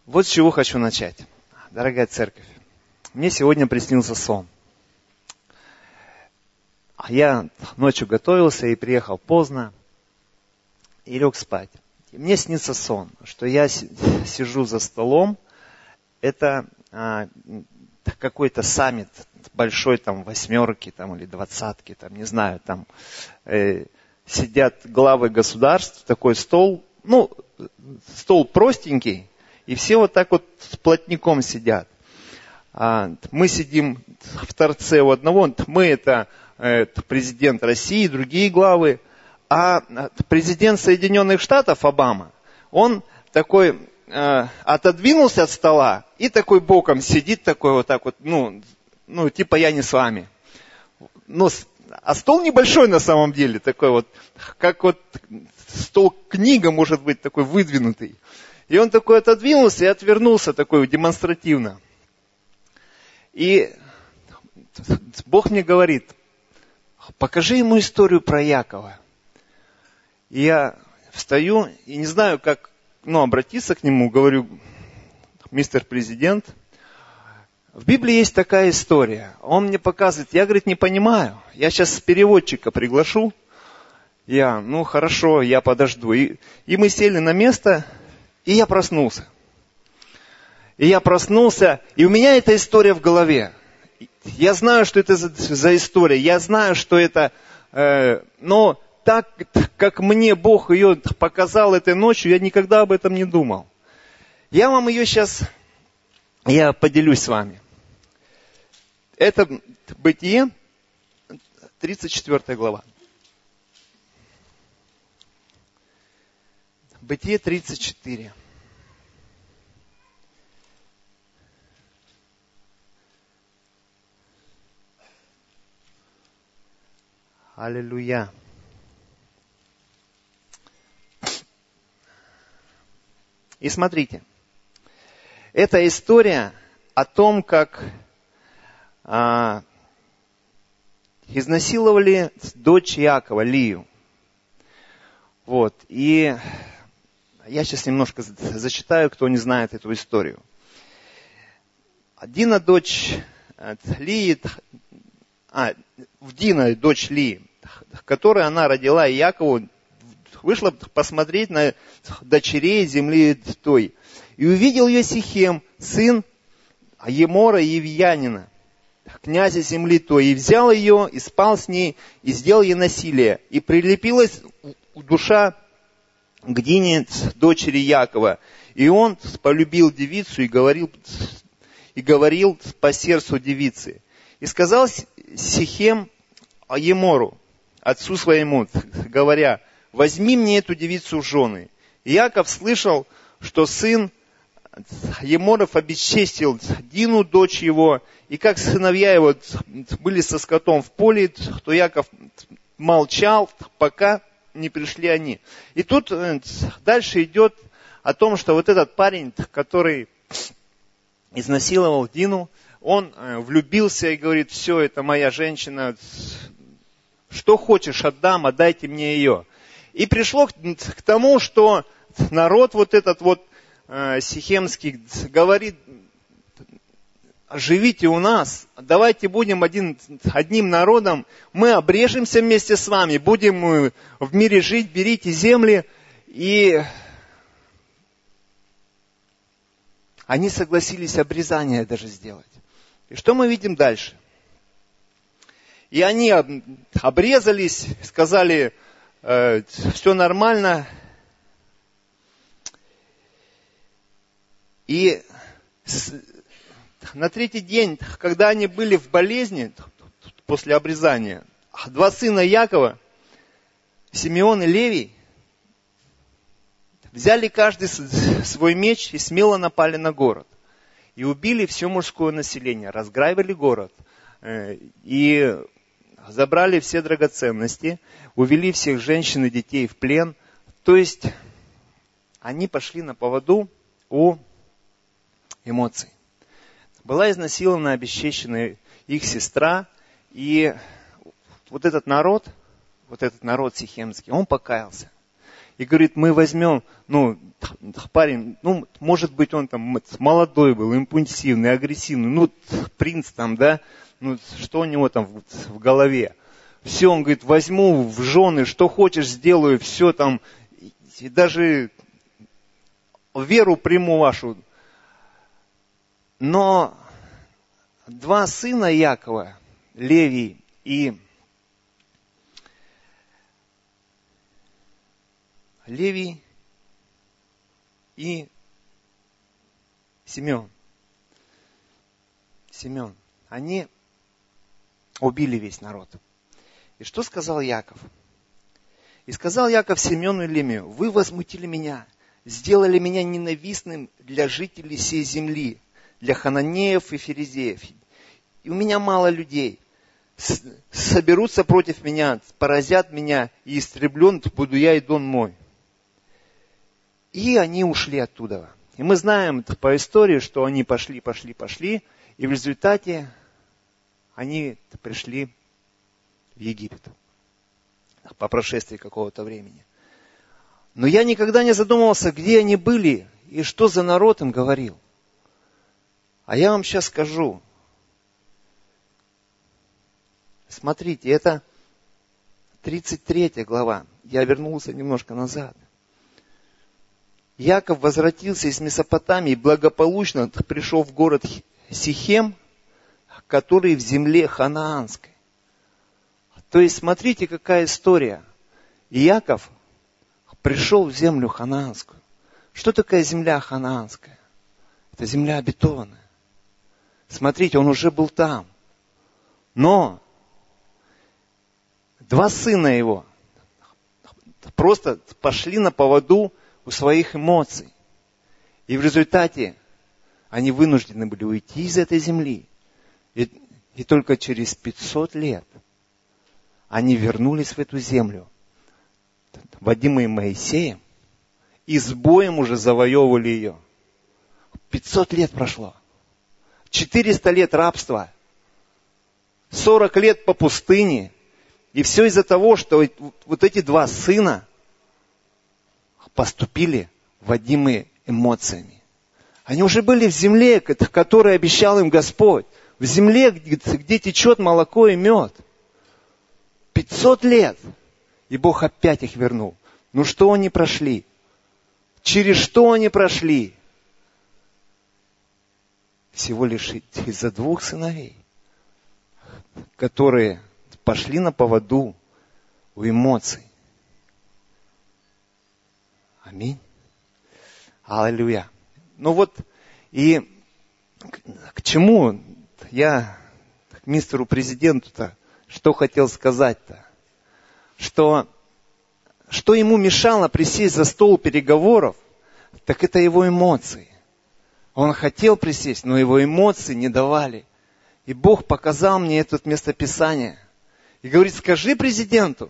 Вот с чего хочу начать. Дорогая церковь, мне сегодня приснился сон. Я ночью готовился и приехал поздно и лег спать. И мне снится сон, что я сижу за столом. Это какой-то саммит большой, там, 8 там, или 20, там, не знаю, там сидят главы государств, такой стол, стол простенький, и все вот так вот с плотником сидят. Мы сидим в торце у одного, мы это президент России, другие главы, а президент Соединенных Штатов Обама, он такой отодвинулся от стола и такой боком сидит, такой вот так вот, типа я не с вами. А стол небольшой на самом деле, такой вот, как вот стол книга может быть такой выдвинутый. И он такой отодвинулся и отвернулся такой демонстративно. И Бог мне говорит, покажи ему историю про Якова. И я встаю и не знаю, как обратиться к нему, говорю, мистер президент, в Библии есть такая история. Он мне показывает, я, говорит, не понимаю. Я сейчас переводчика приглашу. Я, хорошо, я подожду. И мы сели на место, и я проснулся. И у меня эта история в голове. Я знаю, что это за история. Я знаю, что это... Но так, как мне Бог ее показал этой ночью, я никогда об этом не думал. Я вам ее сейчас... Я поделюсь с вами. Это Бытие, 34 глава. Бытие 34. Аллилуйя. И смотрите. Это история о том, как изнасиловали дочь Иакова, Лию. Вот. И я сейчас немножко зачитаю, кто не знает эту историю. Дина, дочь Лии, Дина, дочь Лии, которую она родила Иакову, вышла посмотреть на дочерей земли той. И увидел ее Сихем, сын Емора Евьянина, князя земли той, и взял ее, и спал с ней, и сделал ей насилие. И прилепилась душа к Дине, дочери Якова. И он полюбил девицу и говорил по сердцу девицы. И сказал Сихем Емору, отцу своему, говоря, возьми мне эту девицу в жены. И Яков слышал, что сын Еморов обесчестил Дину, дочь его, и как сыновья его были со скотом в поле, то Яков молчал, пока не пришли они. И тут дальше идет о том, что вот этот парень, который изнасиловал Дину, он влюбился и говорит, все, это моя женщина, что хочешь отдам, отдайте мне ее. И пришло к тому, что народ вот этот вот сихемский говорит, живите у нас, давайте будем одним народом, мы обрежемся вместе с вами, будем в мире жить, берите земли. И они согласились обрезание даже сделать. И что мы видим дальше? И они обрезались, сказали, все нормально. И на третий день, когда они были в болезни, после обрезания, два сына Якова, Симеон и Левий, взяли каждый свой меч и смело напали на город. И убили все мужское население, разграбили город. И забрали все драгоценности, увели всех женщин и детей в плен. То есть, они пошли на поводу у эмоций. Была изнасилована, обесчещена их сестра, и вот этот народ сихемский, он покаялся. и говорит, мы возьмем, парень, может быть, он там молодой был, импульсивный, агрессивный, принц там, да, что у него там в голове. Все, он говорит, возьму в жены, что хочешь, сделаю, все там, и даже веру приму вашу. Но два сына Якова, Левий и Симеон, они убили весь народ. И что сказал Яков? И сказал Яков Симеону и Левию, вы возмутили меня, сделали меня ненавистным для жителей сей земли, для хананеев и ферезеев. И у меня мало людей. Соберутся против меня, поразят меня, и истреблен буду я и дом мой. И они ушли оттуда. И мы знаем по истории, что они пошли, и в результате они пришли в Египет по прошествии какого-то времени. Но я никогда не задумывался, где они были и что за народ им говорил. А я вам сейчас скажу. Смотрите, это 33 глава. Я вернулся немножко назад. Яков возвратился из Месопотамии и благополучно пришел в город Сихем, который в земле ханаанской. То есть, смотрите, какая история. Иаков пришел в землю ханаанскую. Что такое земля ханаанская? Это земля обетованная. Смотрите, он уже был там. Но два сына его просто пошли на поводу у своих эмоций. И в результате они вынуждены были уйти из этой земли. И только через 500 лет они вернулись в эту землю, водимые Моисеем, и с боем уже завоевывали ее. 500 лет прошло. 400 лет рабства. 40 лет по пустыне. И все из-за того, что вот эти два сына поступили водимые эмоциями. Они уже были в земле, которую обещал им Господь. В земле, где течет молоко и мед. 500 лет. И Бог опять их вернул. Ну что они прошли? Через что они прошли? Всего лишь из-за двух сыновей, которые пошли на поводу у эмоций. Аминь. Аллилуйя. И к чему я, к мистеру президенту-то, что хотел сказать-то? Что ему мешало присесть за стол переговоров, так это его эмоции. Он хотел присесть, но его эмоции не давали. И Бог показал мне это местописание. И говорит, скажи президенту,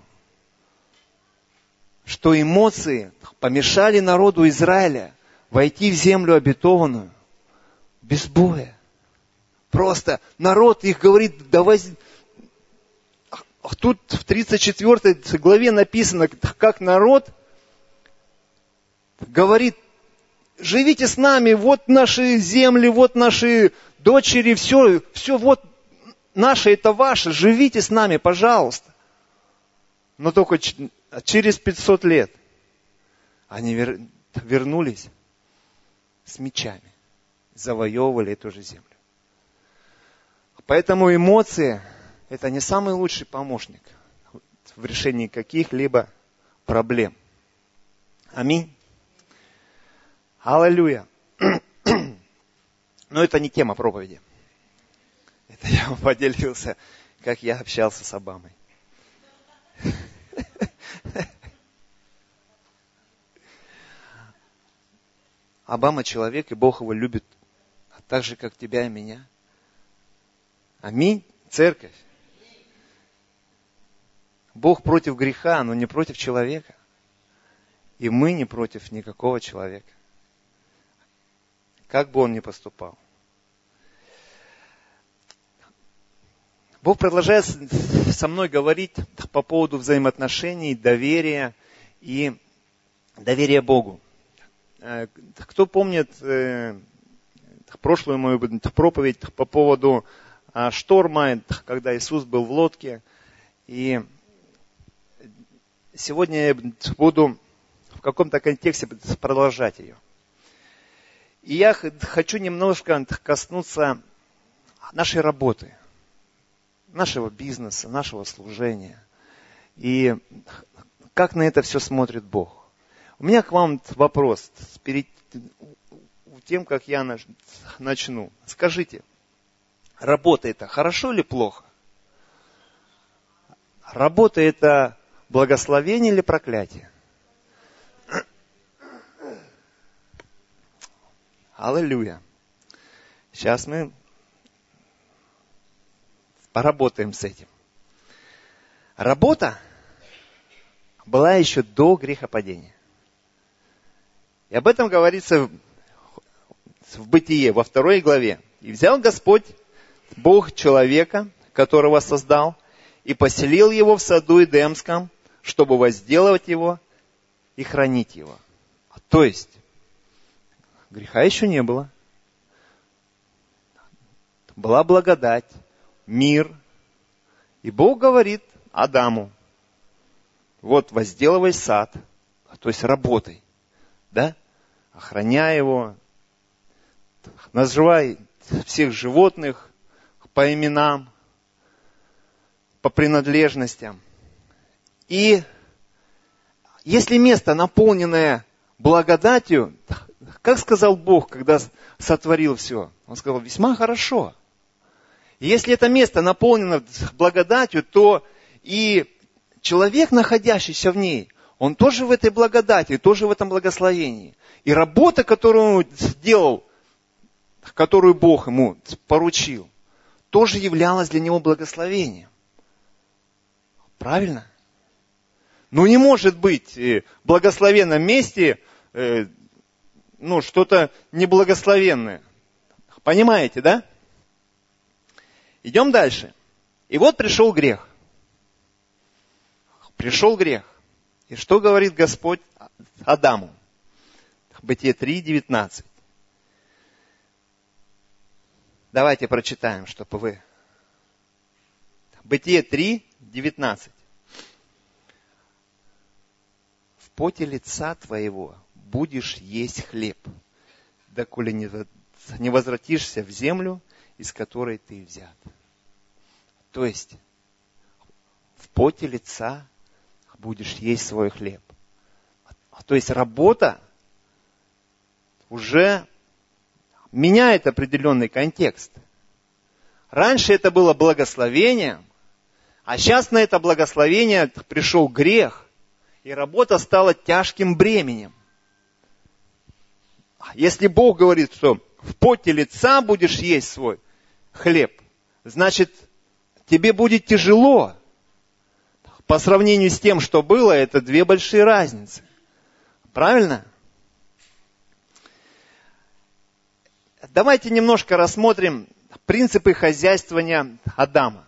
что эмоции помешали народу Израиля войти в землю обетованную без боя. Просто народ их говорит, давай... Тут в 34 главе написано, как народ говорит, живите с нами, вот наши земли, вот наши дочери, все вот наше, это ваше, живите с нами, пожалуйста. Но только через 500 лет они вернулись с мечами, завоевывали эту же землю. Поэтому эмоции – это не самый лучший помощник в решении каких-либо проблем. Аминь. Аллилуйя. Но это не тема проповеди. Это я вам поделился, как я общался с Обамой. Обама человек, и Бог его любит, так же, как тебя и меня. Аминь. Церковь. Бог против греха, но не против человека. И мы не против никакого человека. Как бы он ни поступал. Бог продолжает со мной говорить по поводу взаимоотношений, доверия. И доверие Богу. Кто помнит прошлую мою проповедь по поводу шторма, когда Иисус был в лодке. И сегодня я буду в каком-то контексте продолжать ее. И я хочу немножко коснуться нашей работы, нашего бизнеса, нашего служения. И как на это все смотрит Бог. У меня к вам вопрос перед тем, как я начну. Скажите, работа это хорошо или плохо? Работа это благословение или проклятие? Аллилуйя. Сейчас мы поработаем с этим. Работа была еще до грехопадения. И об этом говорится в Бытие, во 2 главе. «И взял Господь, Бог человека, которого создал, и поселил его в саду Эдемском, чтобы возделывать его и хранить его». То есть, греха еще не было. Была благодать, мир. И Бог говорит Адаму: вот возделывай сад, то есть работай, да? Охраняй его, называй всех животных по именам, по принадлежностям. И если место, наполненное благодатью, как сказал Бог, когда сотворил все? Он сказал: весьма хорошо. И если это место наполнено благодатью, то и человек, находящийся в ней, он тоже в этой благодати, тоже в этом благословении. И работа, которую он сделал, которую Бог ему поручил, тоже являлась для него благословением. Правильно? Ну не может быть в благословенном месте что-то неблагословенное. Понимаете, да? Идем дальше. И вот пришел грех. Пришел грех. И что говорит Господь Адаму? Бытие 3:19. Давайте прочитаем, чтобы вы... Бытие 3:19. В поте лица твоего будешь есть хлеб, доколе не возвратишься в землю, из которой ты взят. То есть, в поте лица будешь есть свой хлеб. То есть, работа уже меняет определенный контекст. Раньше это было благословением, а сейчас на это благословение пришел грех, и работа стала тяжким бременем. Если Бог говорит, что в поте лица будешь есть свой хлеб, значит, тебе будет тяжело. По сравнению с тем, что было, это две большие разницы. Правильно? Давайте немножко рассмотрим принципы хозяйствования Адама.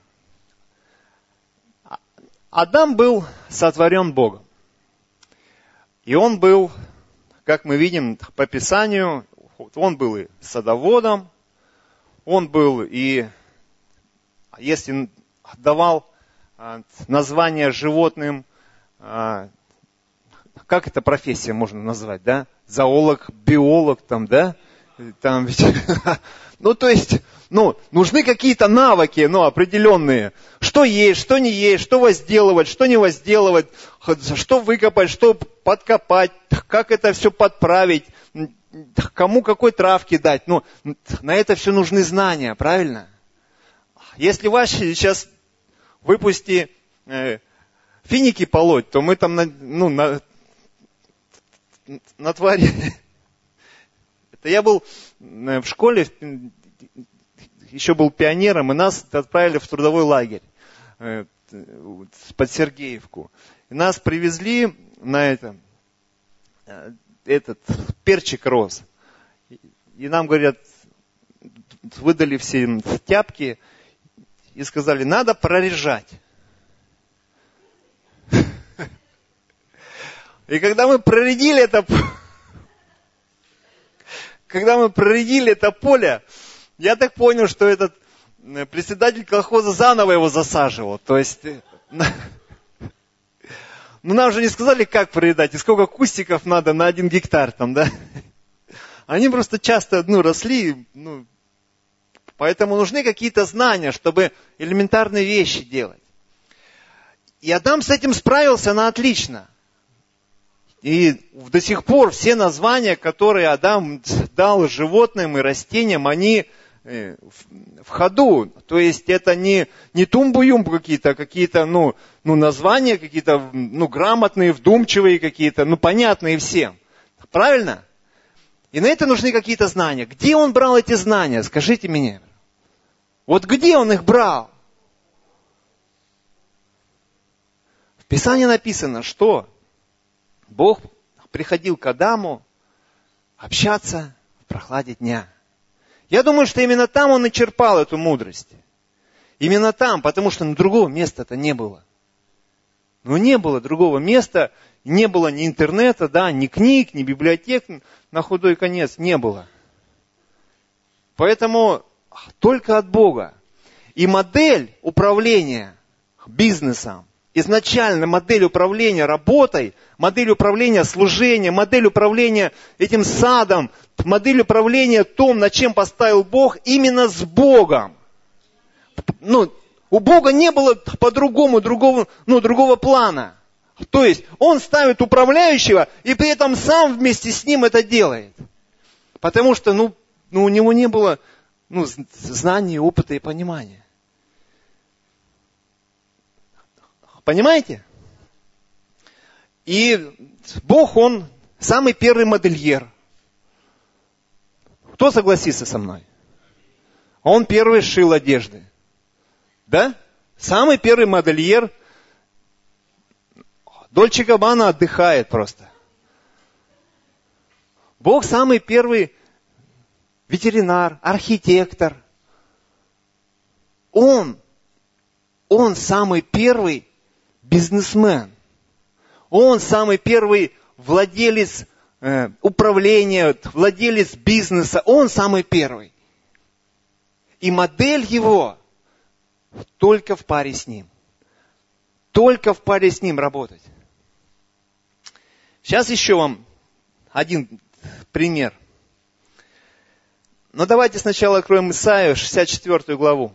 Адам был сотворен Богом. И он был, как мы видим по Писанию, он был и садоводом, он был и, если давал название животным, как эта профессия можно назвать, да? Зоолог, биолог, там, да? Там ведь, то есть, нужны какие-то навыки, определенные. Что есть, что не есть, что возделывать, что не возделывать, что выкопать, что подкопать, как это все подправить, кому какой травки дать. На это все нужны знания, правильно? Если вас сейчас выпусти финики полоть, то мы там натворили. Это я был в школе, еще был пионером, и нас отправили в трудовой лагерь под Сергеевку. И нас привезли на этот перчик рос. И нам, говорят, выдали все тяпки и сказали, надо прорежать. И когда мы проредили это поле, я так понял, что этот председатель колхоза заново его засаживал. То есть, нам же не сказали, как проедать, и сколько кустиков надо на 1 гектар там, да? Они просто часто, росли, поэтому нужны какие-то знания, чтобы элементарные вещи делать. И Адам с этим справился на отлично. И до сих пор все названия, которые Адам дал животным и растениям, они в ходу. То есть это не тумбу-юмбу какие-то, названия какие-то, грамотные, вдумчивые какие-то, понятные всем. Правильно? И на это нужны какие-то знания. Где он брал эти знания? Скажите мне. Вот где он их брал? В Писании написано, что Бог приходил к Адаму общаться в прохладе дня. Я думаю, что именно там он и черпал эту мудрость. Именно там, потому что другого места-то не было. Не было другого места, не было ни интернета, ни книг, ни библиотек, на худой конец не было. Поэтому только от Бога. И модель управления бизнесом, изначально модель управления работой, модель управления служением, модель управления этим садом, модель управления том, над чем поставил Бог, именно с Богом. У Бога не было по-другому, другого плана. То есть, Он ставит управляющего, и при этом сам вместе с ним это делает. Потому что, у него не было, знаний, опыта и понимания. Понимаете? И Бог, Он самый первый модельер. Кто согласится со мной? Он первый шил одежды. Да? Самый первый модельер. Дольче Габбана отдыхает просто. Бог самый первый ветеринар, архитектор. Он самый первый бизнесмен. Он самый первый владелец управления, владелец бизнеса. Он самый первый. И модель его только в паре с ним. Только в паре с ним работать. Сейчас еще вам один пример. Но давайте сначала откроем Исаию, 64 главу.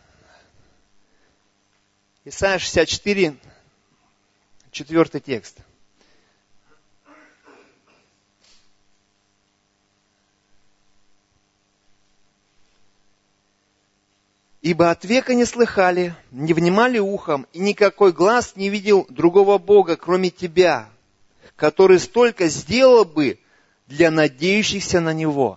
Исайя 64, 4 текст. «Ибо от века не слыхали, не внимали ухом, и никакой глаз не видел другого Бога, кроме Тебя, который столько сделал бы для надеющихся на Него».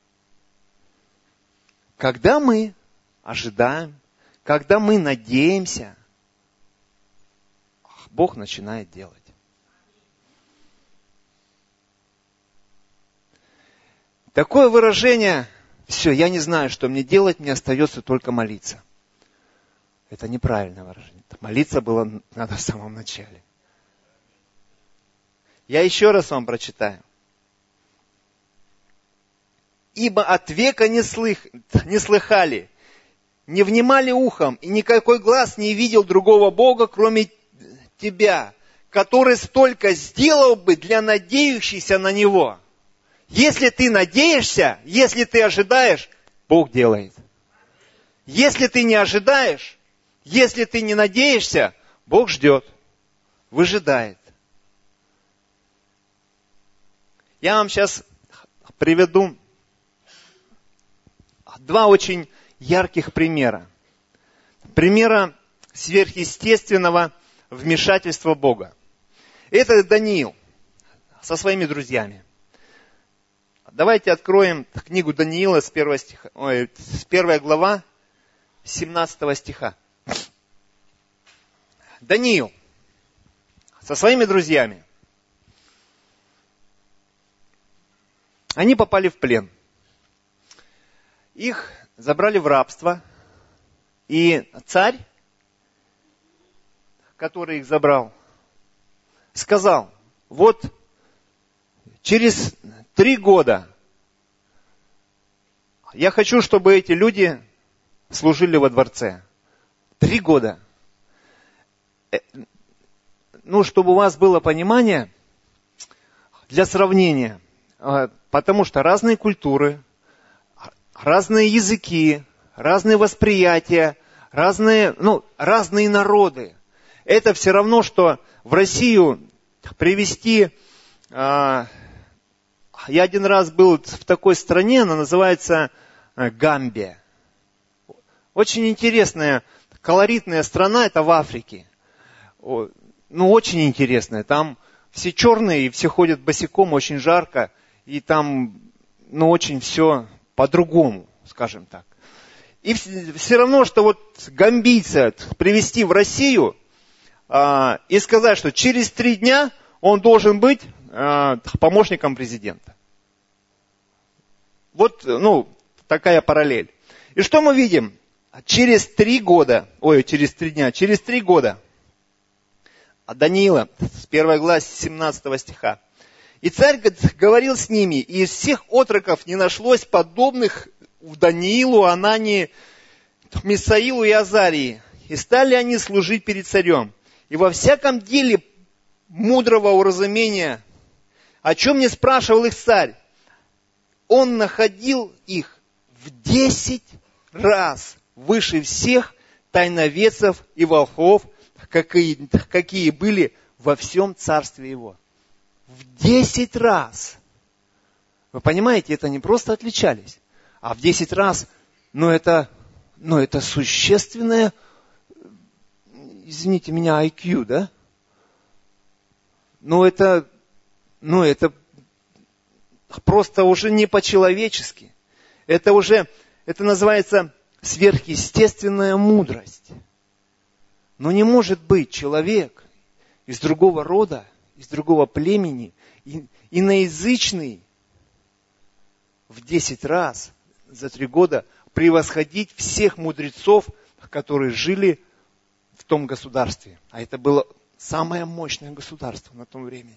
Когда мы ожидаем, когда мы надеемся, Бог начинает делать. Такое выражение: все, я не знаю, что мне делать, мне остается только молиться. Это неправильное выражение. Молиться было надо в самом начале. Я еще раз вам прочитаю. «Ибо от века не слыхали, не внимали ухом, и никакой глаз не видел другого Бога, кроме Тебя, который столько сделал бы для надеющихся на Него». Если ты надеешься, если ты ожидаешь, Бог делает. Если ты не ожидаешь, если ты не надеешься, Бог ждет, выжидает. Я вам сейчас приведу два очень ярких примера. Примера сверхъестественного вмешательства Бога. Это Даниил со своими друзьями. Давайте откроем книгу Даниила с 1 глава, 17 стиха. Даниил со своими друзьями. Они попали в плен. Их забрали в рабство. И царь, который их забрал, сказал: вот через 3 года я хочу, чтобы эти люди служили во дворце. 3 года. Ну, чтобы у вас было понимание, для сравнения, потому что разные культуры, разные языки, разные восприятия, разные народы. Это все равно, что в Россию привезти... Я один раз был в такой стране, она называется Гамбия. Очень интересная, колоритная страна, это в Африке. Ну, очень интересная. Там все черные, и все ходят босиком, очень жарко. И там, очень все по-другому, скажем так. И все равно, что вот гамбийца привезти в Россию и сказать, что через 3 дня он должен быть помощником президента. Вот, такая параллель. И что мы видим? Через 3 года Даниила, с 1 главы 17 стиха. И царь говорил с ними, и из всех отроков не нашлось подобных в Даниилу, Анании, Мисаилу и Азарии. И стали они служить перед царем. И во всяком деле мудрого уразумения, о чем не спрашивал их царь, он находил их в 10 раз выше всех тайноведцев и волхвов, какие были во всем царстве его. В 10 раз. Вы понимаете, это не просто отличались, а в 10 раз, это существенное, извините меня, IQ, да? Это просто уже не по-человечески. Это называется сверхъестественная мудрость. Но не может быть человек из другого рода, из другого племени, иноязычный в 10 раз за 3 года превосходить всех мудрецов, которые жили в том государстве. А это было самое мощное государство на том времени.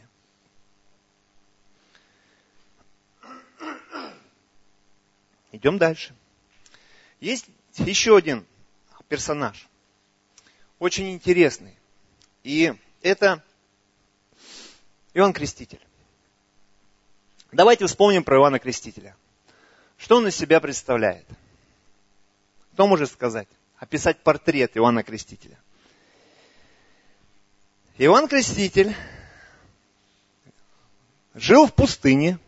Идем дальше. Есть еще один персонаж, очень интересный. И это Иоанн Креститель. Давайте вспомним про Иоанна Крестителя. Что он из себя представляет? Кто может сказать? Описать портрет Иоанна Крестителя. Иоанн Креститель жил в пустыне,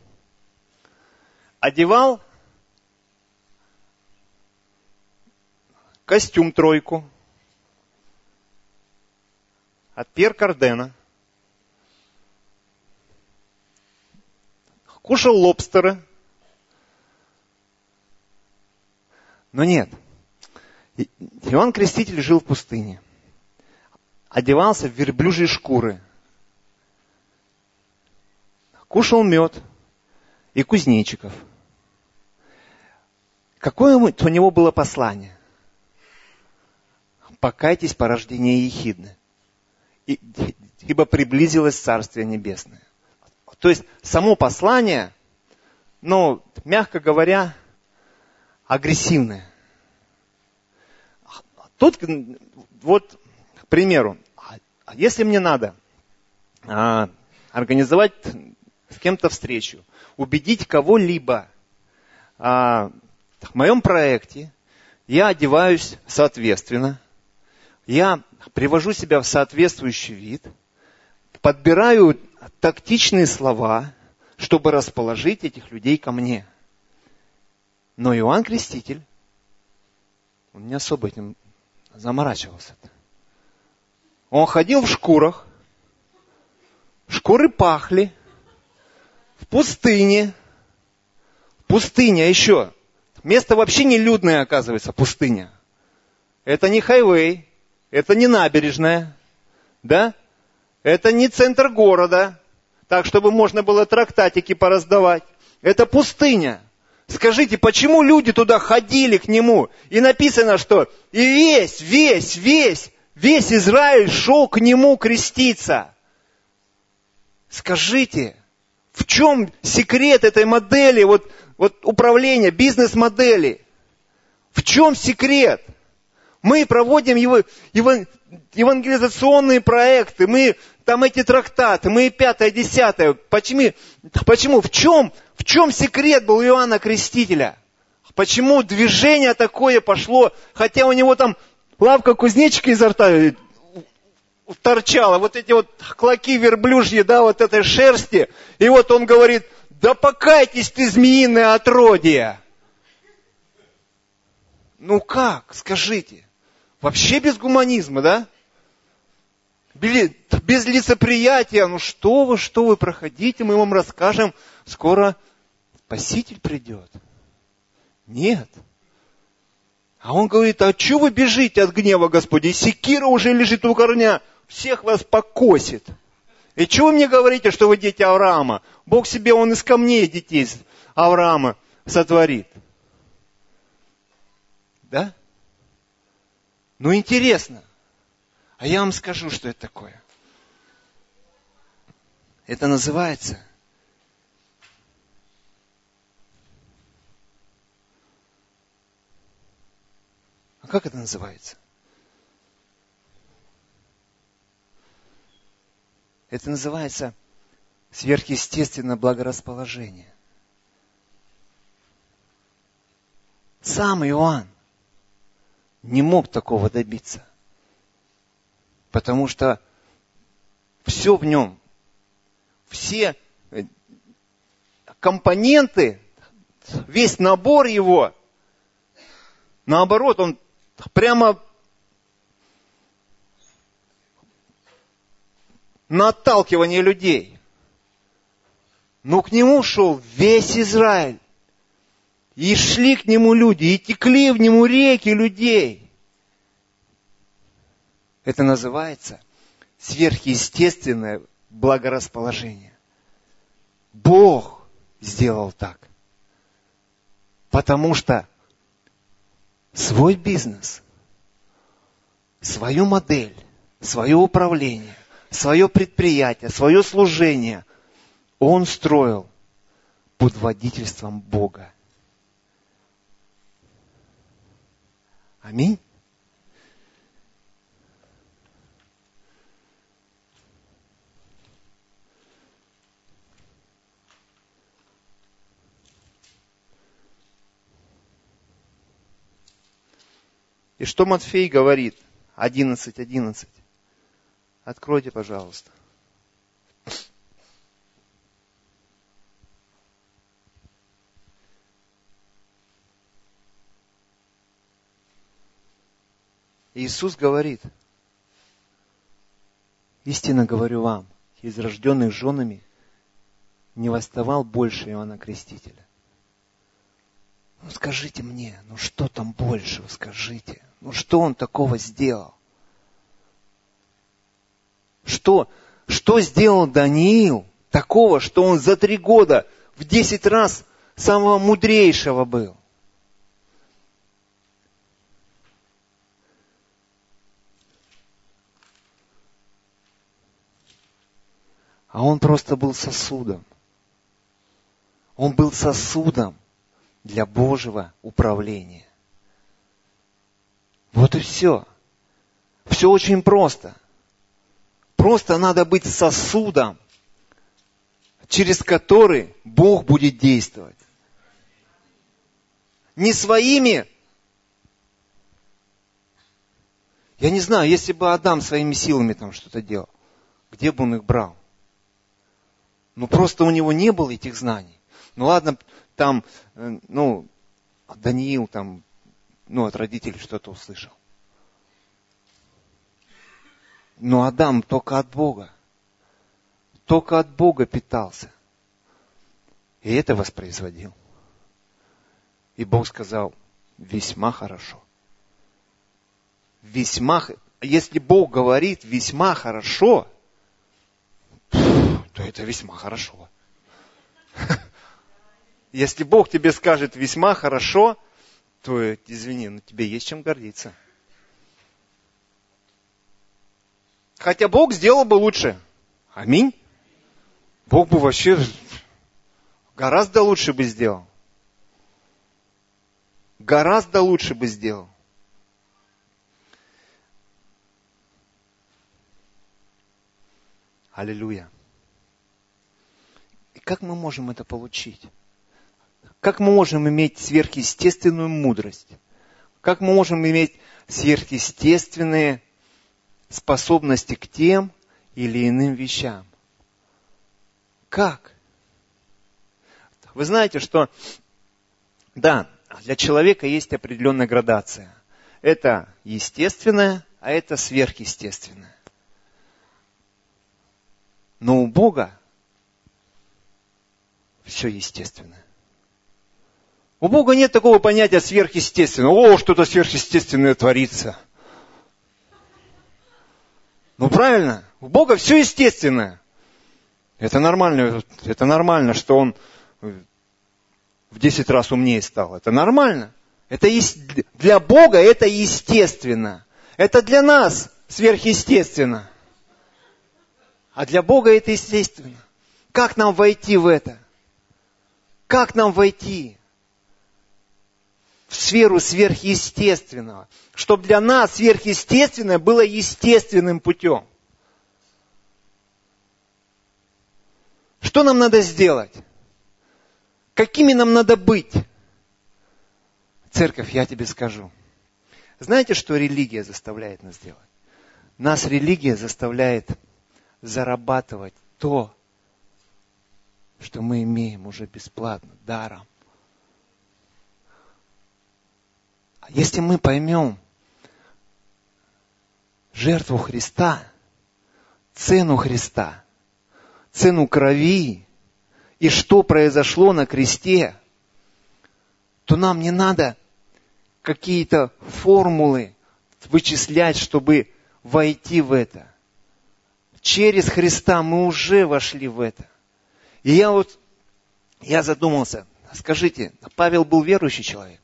одевал костюм тройку от Пьер Кардена, кушал лобстера, но нет. Иоанн Креститель жил в пустыне, одевался в верблюжьи шкуры, кушал мед и кузнечиков. Какое у него было послание? Покайтесь по рождению ехидны, ибо приблизилось Царствие Небесное. То есть само послание, мягко говоря, агрессивное. Тут, вот, к примеру, если мне надо организовать с кем-то встречу, убедить кого-либо в моем проекте, я одеваюсь соответственно, я привожу себя в соответствующий вид, подбираю тактичные слова, чтобы расположить этих людей ко мне. Но Иоанн Креститель, он не особо этим заморачивался. Он ходил в шкурах, шкуры пахли, в пустыне. Пустыня еще. Место вообще нелюдное, оказывается, пустыня. Это не хайвей, это не набережная, да? Это не центр города, так, чтобы можно было трактатики пораздавать. Это пустыня. Скажите, почему люди туда ходили к нему? И написано, что и весь Израиль шел к нему креститься. Скажите, в чем секрет этой модели, вот управления, бизнес-модели? В чем секрет? Мы проводим евангелизационные проекты, мы там эти трактаты, мы 5-е, 10-е. Почему? В чем секрет был у Иоанна Крестителя? Почему движение такое пошло, хотя у него там лапка кузнечика изо рта торчала, вот эти вот клоки верблюжьи, да, вот этой шерсти, и вот он говорит: да покайтесь ты, змеиное отродье. Ну как, скажите? Вообще без гуманизма, да? Без лицеприятия. Ну что вы, проходите, мы вам расскажем, скоро Спаситель придет. Нет. А он говорит: а что вы бежите от гнева Господи? Секира уже лежит у корня, всех вас покосит. И что вы мне говорите, что вы дети Авраама? Бог себе, он из камней детей Авраама сотворит. Да? Ну интересно. А я вам скажу, что это такое. Это называется как это называется? Это называется сверхъестественное благорасположение. Сам Иоанн не мог такого добиться. Потому что все в нем, все компоненты, весь набор его, наоборот, он прямо на отталкивание людей. Но к нему шел весь Израиль. И шли к нему люди, и текли в нему реки людей. Это называется сверхъестественное благорасположение. Бог сделал так. Потому что свой бизнес, свою модель, свое управление, свое предприятие, свое служение он строил под водительством Бога. Аминь. И что Матфей говорит? 11:11. Откройте, пожалуйста. Иисус говорит: истинно говорю вам, из рожденных женами не восставал больше Иоанна Крестителя. Ну скажите мне, ну что там больше, скажите. Ну что он такого сделал? Что сделал Даниил такого, что он за 3 года в 10 раз самого мудрейшего был? А он просто был сосудом. Он был сосудом для Божьего управления. Вот и все. Все очень просто. Просто надо быть сосудом, через который Бог будет действовать. Не своими. Я не знаю, если бы Адам своими силами там что-то делал, где бы он их брал? Ну просто у него не было этих знаний. Ну ладно, там, Даниил там, от родителей что-то услышал. Но Адам только от Бога. Только от Бога питался. И это воспроизводил. И Бог сказал: весьма хорошо. Если Бог говорит весьма хорошо, то это весьма хорошо. Если Бог тебе скажет весьма хорошо, то, извини, тебе есть чем гордиться. Хотя Бог сделал бы лучше. Аминь. Бог бы вообще гораздо лучше бы сделал. Гораздо лучше бы сделал. Аллилуйя. И как мы можем это получить? Как мы можем иметь сверхъестественную мудрость? Как мы можем иметь сверхъестественные способности к тем или иным вещам? Как? Вы знаете, что да, для человека есть определенная градация. Это естественное, а это сверхъестественное. Но у Бога все естественное. У Бога нет такого понятия сверхъестественного. О, что-то сверхъестественное творится. Ну правильно, у Бога все естественное. Это нормально, что Он в 10 раз умнее стал. Это нормально. Для Бога это естественно. Это для нас сверхъестественно. А для Бога это естественно. Как нам войти в это? Как нам войти в сферу сверхъестественного? Чтобы для нас сверхъестественное было естественным путем. Что нам надо сделать? Какими нам надо быть? Церковь, я тебе скажу. Знаете, что религия заставляет нас делать? Нас религия заставляет зарабатывать то, что мы имеем уже бесплатно, даром. А если мы поймем жертву Христа, цену Христа, цену крови и что произошло на кресте, то нам не надо какие-то формулы вычислять, чтобы войти в это. Через Христа мы уже вошли в это. И я задумался, скажите, Павел был верующий человек?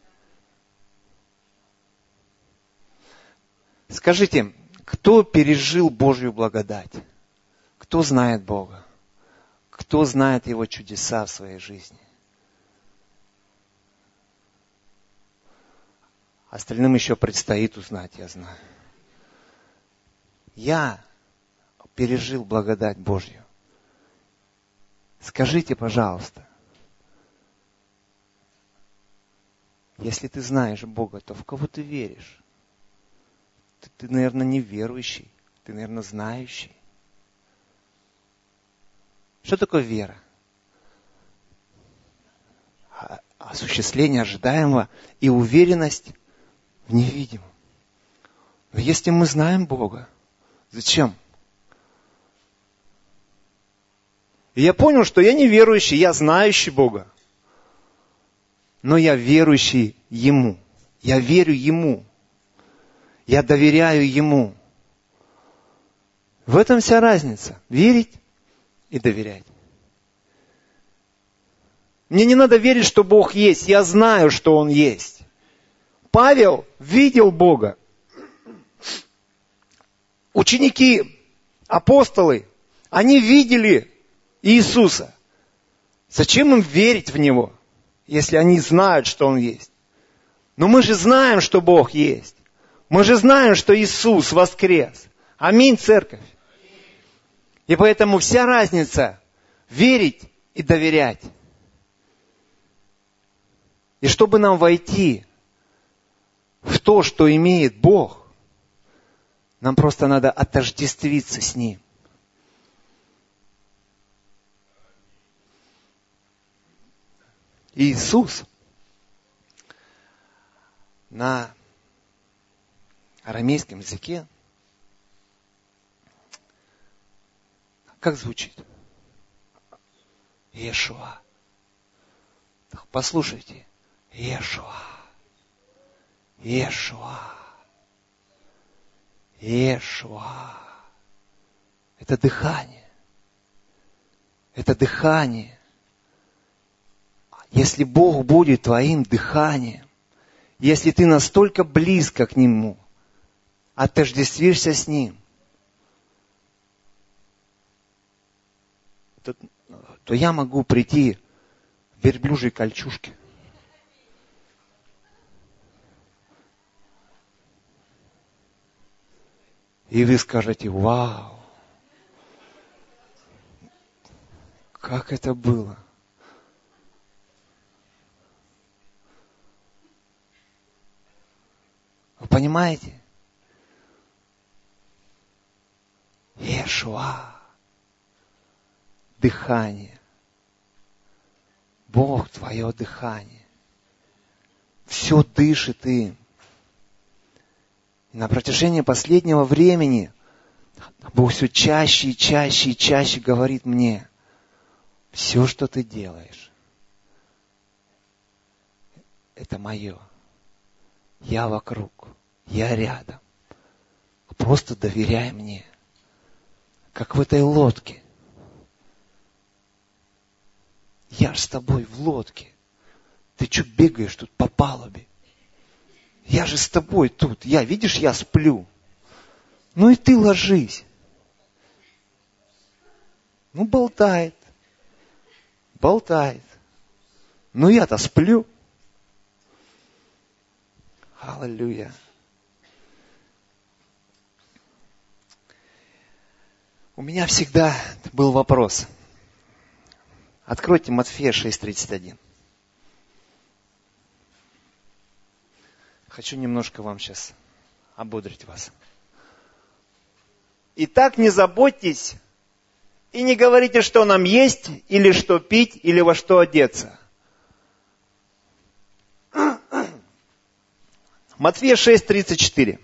Скажите, кто пережил Божью благодать? Кто знает Бога? Кто знает Его чудеса в своей жизни? Остальным еще предстоит узнать, я знаю. Я пережил благодать Божью. Скажите, пожалуйста, если ты знаешь Бога, то в кого ты веришь? Ты, наверное, не верующий, ты, наверное, знающий. Что такое вера? Осуществление ожидаемого и уверенность в невидимом. Но если мы знаем Бога, зачем? И я понял, что я не верующий, я знающий Бога. Но я верующий Ему. Я верю Ему. Я доверяю Ему. В этом вся разница. Верить и доверять. Мне не надо верить, что Бог есть. Я знаю, что Он есть. Павел видел Бога. Ученики, апостолы, они видели Иисуса. Зачем им верить в Него, если они знают, что Он есть? Но мы же знаем, что Бог есть. Мы же знаем, что Иисус воскрес. Аминь, церковь. И поэтому вся разница — верить и доверять. И чтобы нам войти в то, что имеет Бог, нам просто надо отождествиться с Ним. Иисус на арамейском языке как звучит? Иешуа. Так послушайте. Иешуа. Иешуа. Иешуа. Это дыхание. Это дыхание. Если Бог будет твоим дыханием, если ты настолько близко к Нему, отождествишься с Ним, то я могу прийти в верблюжьей кольчужке. И вы скажете: вау, как это было. Вы понимаете? Иешуа. Дыхание. Бог твое дыхание. Все дышит им. И на протяжении последнего времени Бог все чаще и чаще и чаще говорит мне: все, что ты делаешь, это мое. Я вокруг, я рядом. Просто доверяй мне. Как в этой лодке. Я ж с тобой в лодке. Ты что бегаешь тут по палубе? Я же с тобой тут. Видишь, я сплю. Ну и ты ложись. Ну, болтает. Болтает. Ну я-то сплю. Аллилуйя. У меня всегда был вопрос. Откройте Матфея 6:31. Хочу немножко вам сейчас ободрить вас. Итак, не заботьтесь и не говорите, что нам есть, или что пить, или во что одеться. Матфея 6:34.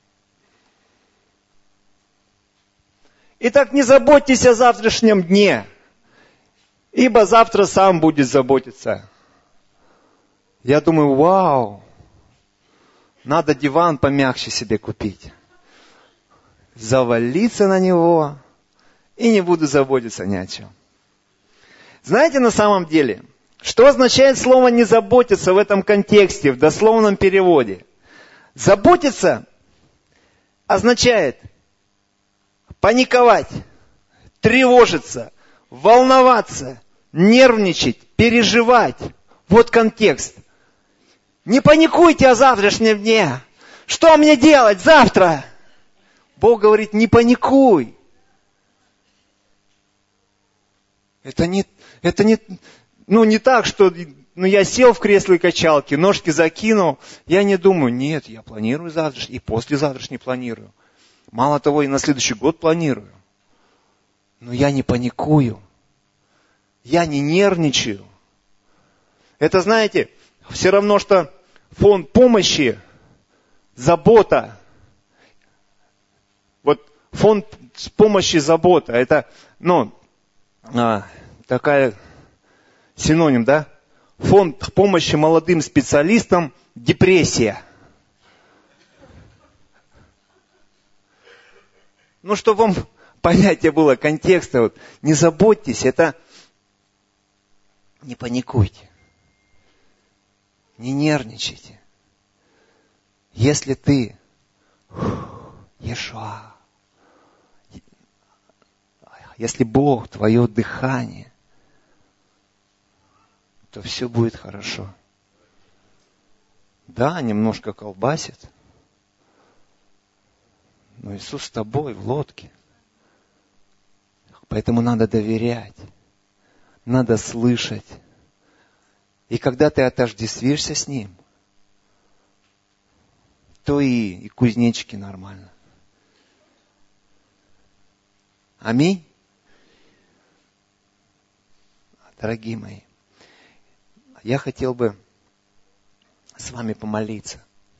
Итак, не заботьтесь о завтрашнем дне, ибо завтра сам будет заботиться. Я думаю, вау, надо диван помягче себе купить. Завалиться на него и не буду заботиться ни о чем. Знаете, на самом деле, что означает слово «не заботиться» в этом контексте, в дословном переводе? Заботиться означает паниковать, тревожиться, волноваться, нервничать, переживать. Вот контекст. Не паникуйте о завтрашнем дне. Что мне делать завтра? Бог говорит, не паникуй. Это не так, что я сел в кресле качалки, ножки закинул. Я не думаю, нет, я планирую завтрашний, и послезавтрашний планирую. Мало того, и на следующий год планирую. Но я не паникую. Я не нервничаю. Это, знаете, все равно, что фонд помощи, забота. Вот фонд помощи, забота. Это, такая синоним, да? Фонд помощи молодым специалистам, депрессия. Чтобы вам понятие было контекста, не заботьтесь, это не паникуйте, не нервничайте. Если ты, Иешуа, если Бог твое дыхание, то все будет хорошо. Да, немножко колбасит, но Иисус с тобой в лодке. Поэтому надо доверять, надо слышать. И когда ты отождествишься с Ним, то и кузнечики нормально. Аминь. Дорогие мои, я хотел бы с вами помолиться.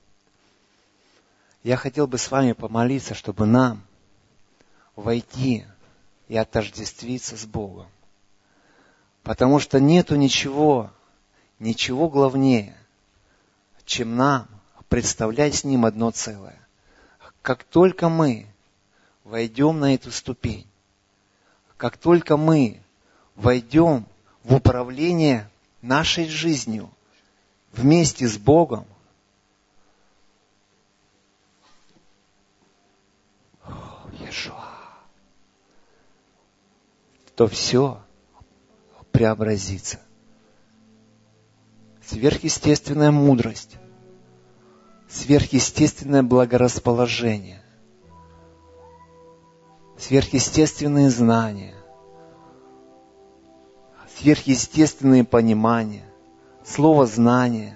Я хотел бы с вами помолиться, чтобы нам войти и отождествиться с Богом. Потому что нету ничего главнее, чем нам представлять с Ним одно целое. Как только мы войдем на эту ступень, как только мы войдем в управление нашей жизнью вместе с Богом, Иешуа, то все преобразиться. Сверхъестественная мудрость, сверхъестественное благорасположение, сверхъестественные знания, сверхъестественные понимания, слово знание.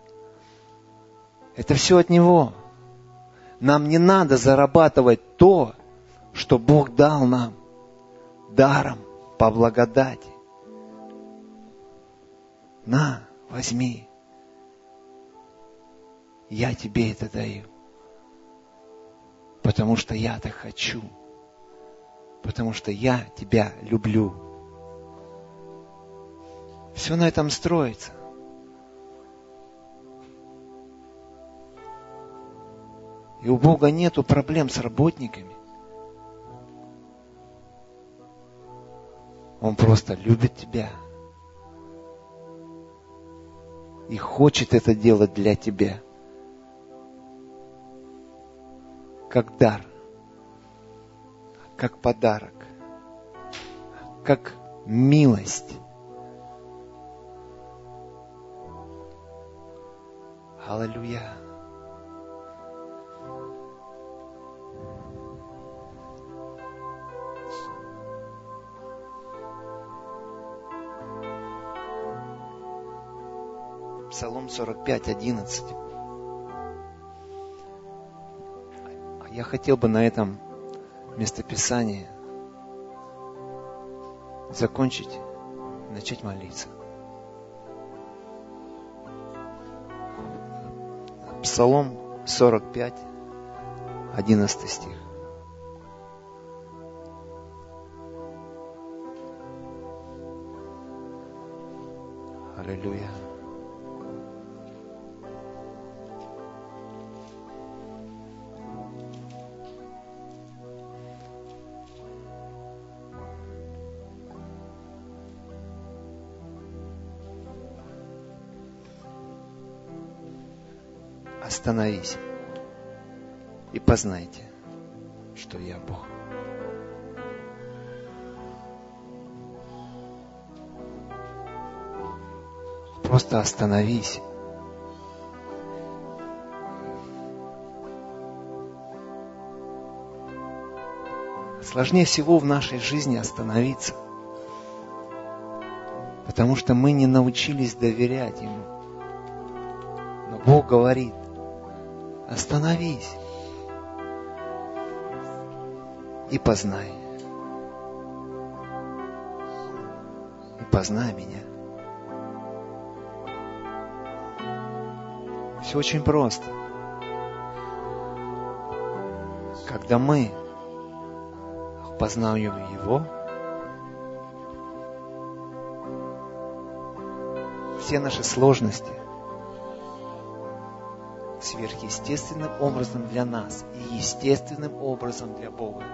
Это все от Него. Нам не надо зарабатывать то, что Бог дал нам даром, по благодати. На, возьми. Я тебе это даю. Потому что я так хочу. Потому что я тебя люблю. Все на этом строится. И у Бога нету проблем с работниками. Он просто любит тебя. И хочет это делать для тебя. Как дар. Как подарок. Как милость. Аллилуйя. Псалом 45, 11. Я хотел бы на этом местописании закончить, начать молиться. Псалом 45, 11 стих. Аллилуйя. Остановись и познайте, что я Бог. Просто остановись. Сложнее всего в нашей жизни остановиться, потому что мы не научились доверять Ему. Но Бог говорит: остановись и познай. И познай меня. Все очень просто. Когда мы познаем Его, все наши сложности сверхъестественным образом для нас и естественным образом для Бога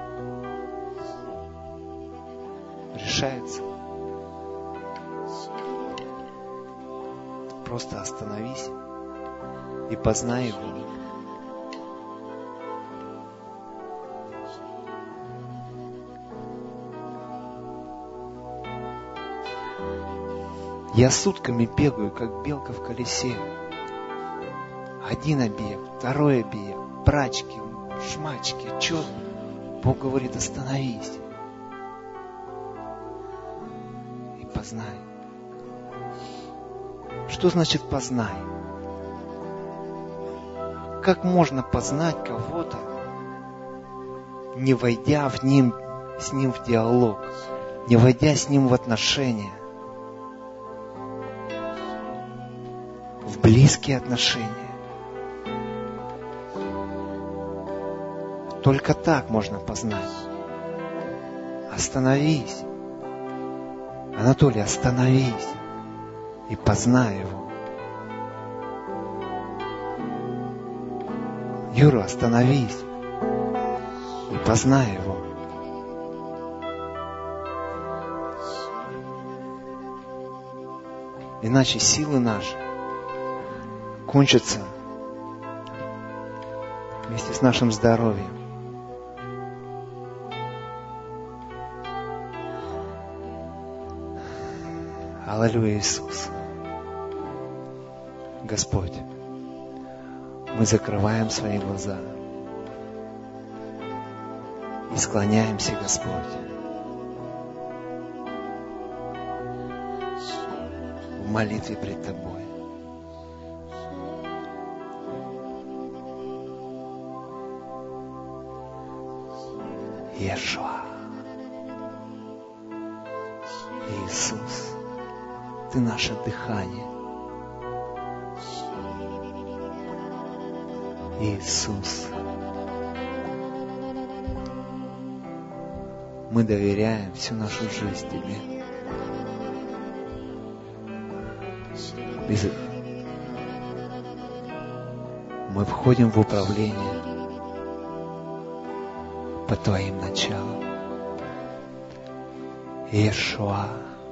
решаются. Просто остановись и познай Его. Я сутками бегаю, как белка в колесе. Один обег, второй обег, прачки, шмачки, чё? Бог говорит: остановись и познай. Что значит познай? Как можно познать кого-то, не войдя с ним в диалог, не войдя с ним в отношения, в близкие отношения? Только так можно познать. Остановись. Анатолий, остановись и познай Его. Юра, остановись и познай Его. Иначе силы наши кончатся вместе с нашим здоровьем. Аллилуйя, Иисус. Господь, мы закрываем свои глаза и склоняемся, Господь, в молитве пред Тобой. Иешуа. Иисус, Ты наше дыхание. Иисус, мы доверяем всю нашу жизнь Тебе. Мы входим в управление по Твоим началам. Иешуа.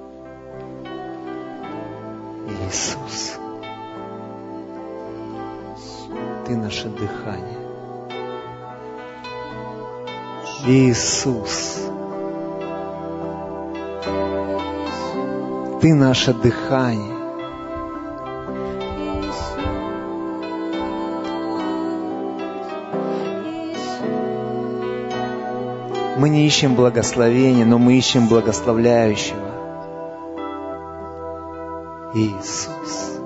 Иисус, Ты наше дыхание. Иисус, Ты наше дыхание. Мы не ищем благословения, но мы ищем благословляющего. Иисус.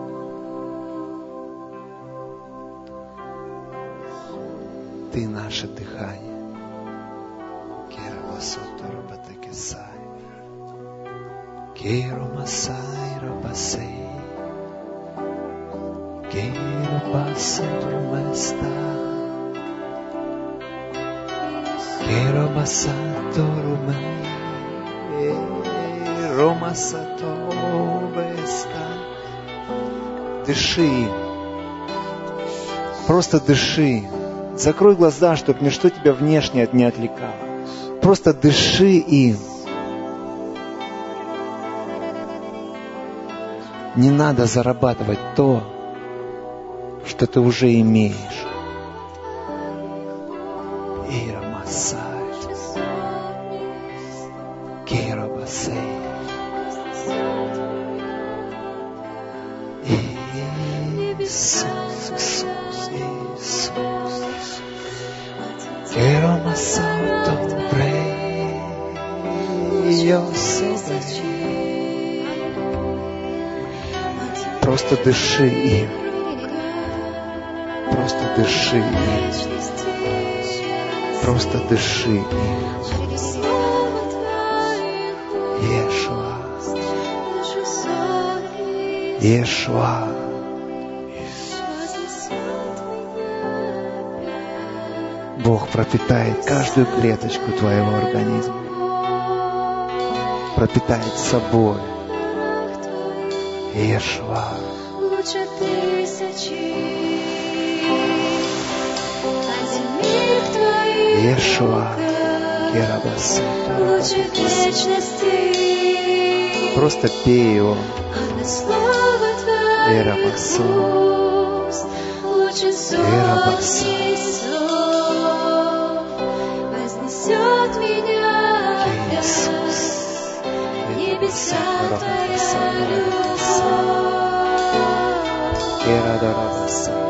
Ты наше дыхание. Дыши им. Просто дыши. Закрой глаза, чтобы ничто тебя внешне не отвлекало. Просто дыши им. Не надо зарабатывать то, что ты уже имеешь. Просто дыши им. Просто дыши им. Просто дыши им. Иешуа. Иешуа. Бог пропитает каждую клеточку твоего организма. Пропитает собой. Иешуа. Лучше тысячи, один миг твоих Иешуа. лучше вечности. Просто пей его. Одно слово твоих уст, лучше сотни слов, вознесет меня Иисус. в небеса твоя любовь. Иерада Рабаса.